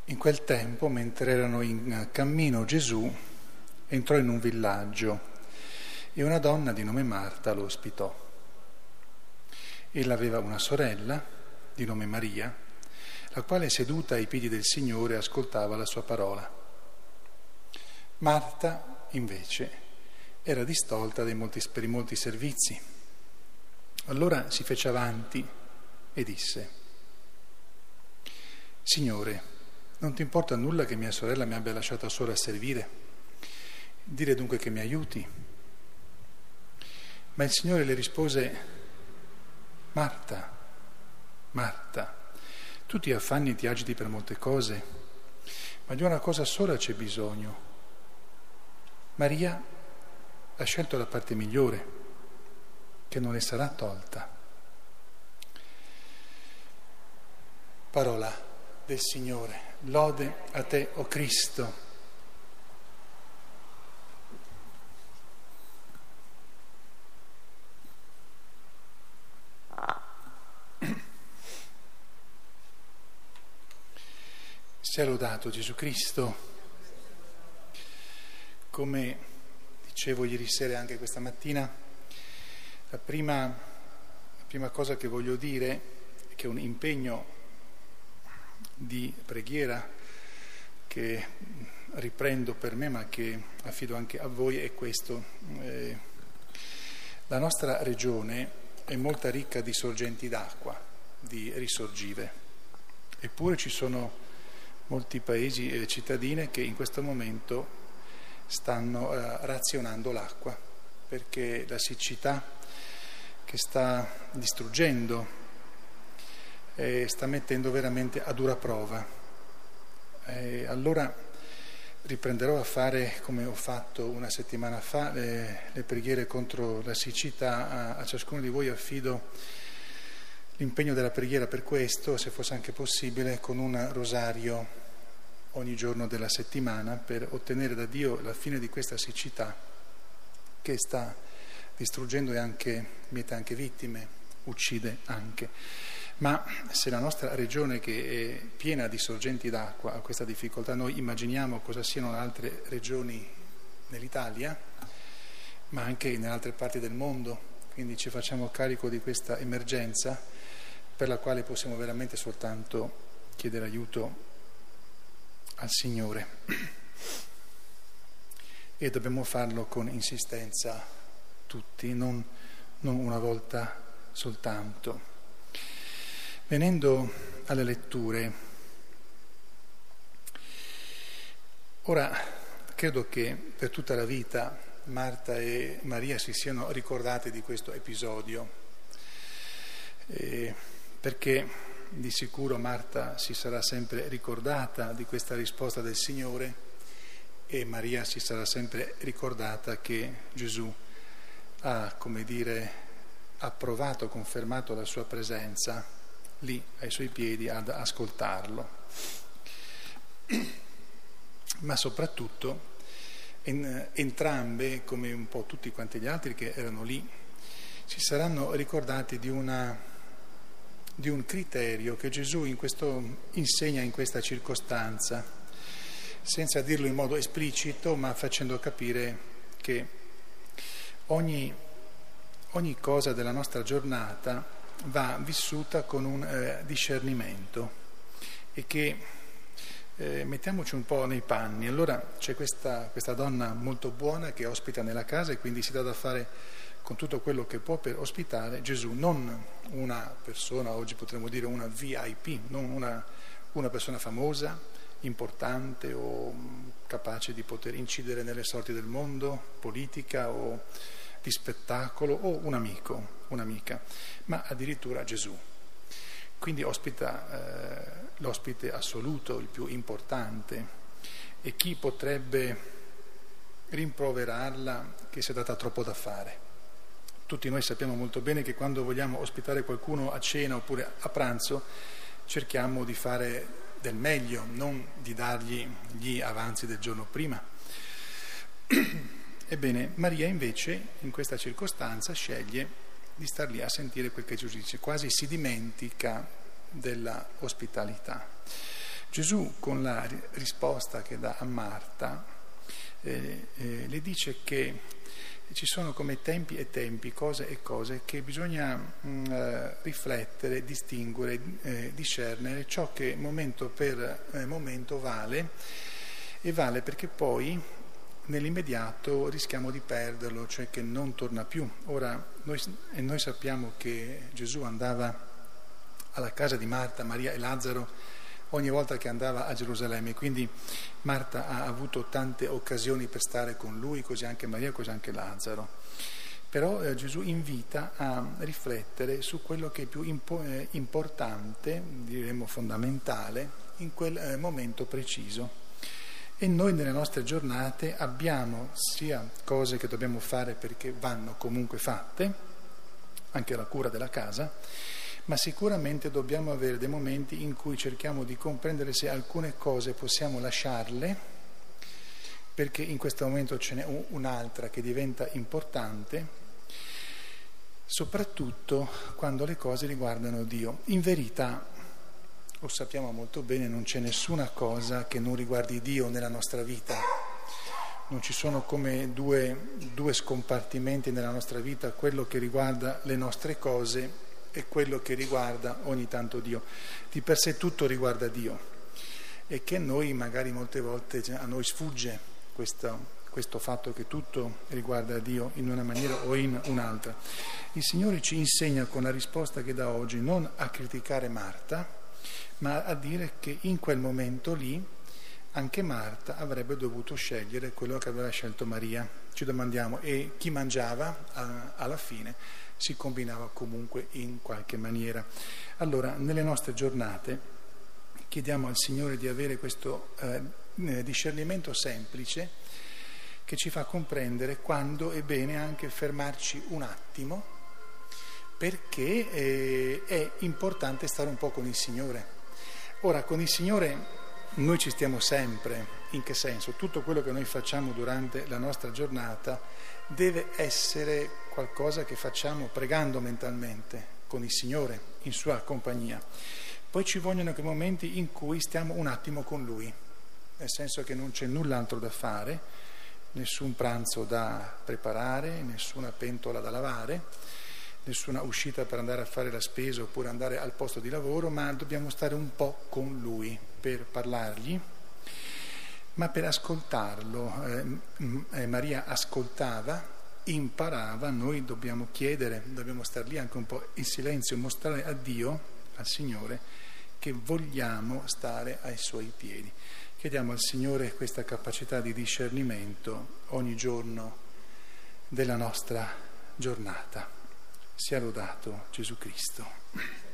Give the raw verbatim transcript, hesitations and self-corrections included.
In quel tempo, mentre erano in cammino, Gesù entrò in un villaggio e una donna di nome Marta lo ospitò. Ella aveva una sorella di nome Maria, la quale seduta ai piedi del Signore ascoltava la sua parola. Marta, invece, era distolta dai molti, per i molti servizi. Allora si fece avanti e disse: Signore, non ti importa nulla che mia sorella mi abbia lasciata sola a servire? Dire dunque che mi aiuti. Ma il Signore le rispose: Marta, Marta, tu ti affanni e ti agiti per molte cose, ma di una cosa sola c'è bisogno. Maria ha scelto la parte migliore, che non le sarà tolta. Parola del Signore. Lode a te, o Cristo. Sia lodato Gesù Cristo. Come dicevo ieri sera e anche questa mattina, la prima, la prima cosa che voglio dire è che un impegno di preghiera che riprendo per me ma che affido anche a voi è questo. Eh, la nostra regione è molto ricca di sorgenti d'acqua, di risorgive, eppure ci sono molti paesi e cittadine che in questo momento stanno eh, razionando l'acqua perché la siccità che sta distruggendo e sta mettendo veramente a dura prova. E allora riprenderò a fare, come ho fatto una settimana fa, le, le preghiere contro la siccità. A, a ciascuno di voi affido l'impegno della preghiera per questo, se fosse anche possibile, con un rosario ogni giorno della settimana, per ottenere da Dio la fine di questa siccità che sta distruggendo e anche miete anche vittime, uccide anche. Ma se la nostra regione, che è piena di sorgenti d'acqua, ha questa difficoltà, noi immaginiamo cosa siano altre regioni nell'Italia, ma anche in altre parti del mondo. Quindi ci facciamo carico di questa emergenza per la quale possiamo veramente soltanto chiedere aiuto al Signore. E dobbiamo farlo con insistenza tutti, non, non una volta soltanto. Venendo alle letture, ora credo che per tutta la vita Marta e Maria si siano ricordate di questo episodio, eh, perché di sicuro Marta si sarà sempre ricordata di questa risposta del Signore e Maria si sarà sempre ricordata che Gesù ha, come dire, approvato, confermato la sua presenza lì ai suoi piedi ad ascoltarlo. Ma soprattutto en, entrambe, come un po' tutti quanti gli altri che erano lì, si saranno ricordati di, una, di un criterio che Gesù in questo, insegna in questa circostanza, senza dirlo in modo esplicito, ma facendo capire che ogni, ogni cosa della nostra giornata va vissuta con un eh, discernimento e che eh, mettiamoci un po' nei panni. Allora c'è questa, questa donna molto buona che ospita nella casa e quindi si dà da fare con tutto quello che può per ospitare Gesù, non una persona, oggi potremmo dire una V I P, non una, una persona famosa, importante o capace di poter incidere nelle sorti del mondo, politica o di spettacolo, o un amico, un'amica, ma addirittura Gesù. Quindi ospita eh, l'ospite assoluto, il più importante, e chi potrebbe rimproverarla che si è data troppo da fare? Tutti noi sappiamo molto bene che quando vogliamo ospitare qualcuno a cena oppure a pranzo cerchiamo di fare del meglio, non di dargli gli avanzi del giorno prima. Ebbene, Maria invece in questa circostanza sceglie di star lì a sentire quel che Gesù dice, quasi si dimentica della ospitalità. Gesù, con la risposta che dà a Marta, eh, eh, le dice che ci sono come tempi e tempi, cose e cose che bisogna mh, eh, riflettere, distinguere, eh, discernere ciò che momento per eh, momento vale, e vale perché poi nell'immediato rischiamo di perderlo, cioè che non torna più. Ora, noi, e noi sappiamo che Gesù andava alla casa di Marta, Maria e Lazzaro ogni volta che andava a Gerusalemme, quindi Marta ha avuto tante occasioni per stare con lui, così anche Maria, così anche Lazzaro. Però eh, Gesù invita a riflettere su quello che è più impo- eh, importante, diremmo fondamentale, in quel eh, momento preciso. E noi nelle nostre giornate abbiamo sia cose che dobbiamo fare perché vanno comunque fatte, anche la cura della casa, ma sicuramente dobbiamo avere dei momenti in cui cerchiamo di comprendere se alcune cose possiamo lasciarle, perché in questo momento ce n'è un'altra che diventa importante, soprattutto quando le cose riguardano Dio. In verità, lo sappiamo molto bene, non c'è nessuna cosa che non riguardi Dio nella nostra vita. Non ci sono come due, due scompartimenti nella nostra vita, quello che riguarda le nostre cose e quello che riguarda ogni tanto Dio. Di per sé tutto riguarda Dio, e che noi magari molte volte a noi sfugge questo, questo fatto che tutto riguarda Dio in una maniera o in un'altra. Il Signore ci insegna con la risposta che dà oggi non a criticare Marta, ma a dire che in quel momento lì anche Marta avrebbe dovuto scegliere quello che aveva scelto Maria. Ci domandiamo, e chi mangiava a, alla fine si combinava comunque in qualche maniera. Allora, nelle nostre giornate chiediamo al Signore di avere questo eh, discernimento semplice che ci fa comprendere quando è bene anche fermarci un attimo, perché eh, è importante stare un po' con il Signore. Ora, con il Signore noi ci stiamo sempre. In che senso? Tutto quello che noi facciamo durante la nostra giornata deve essere qualcosa che facciamo pregando mentalmente con il Signore, in sua compagnia. Poi ci vogliono quei momenti in cui stiamo un attimo con Lui, nel senso che non c'è null'altro da fare, nessun pranzo da preparare, nessuna pentola da lavare, nessuna uscita per andare a fare la spesa oppure andare al posto di lavoro, ma dobbiamo stare un po' con Lui per parlargli, ma per ascoltarlo. Eh, Maria ascoltava, imparava, noi dobbiamo chiedere, dobbiamo star lì anche un po' in silenzio, mostrare a Dio, al Signore, che vogliamo stare ai Suoi piedi. Chiediamo al Signore questa capacità di discernimento ogni giorno della nostra giornata. Sia lodato Gesù Cristo.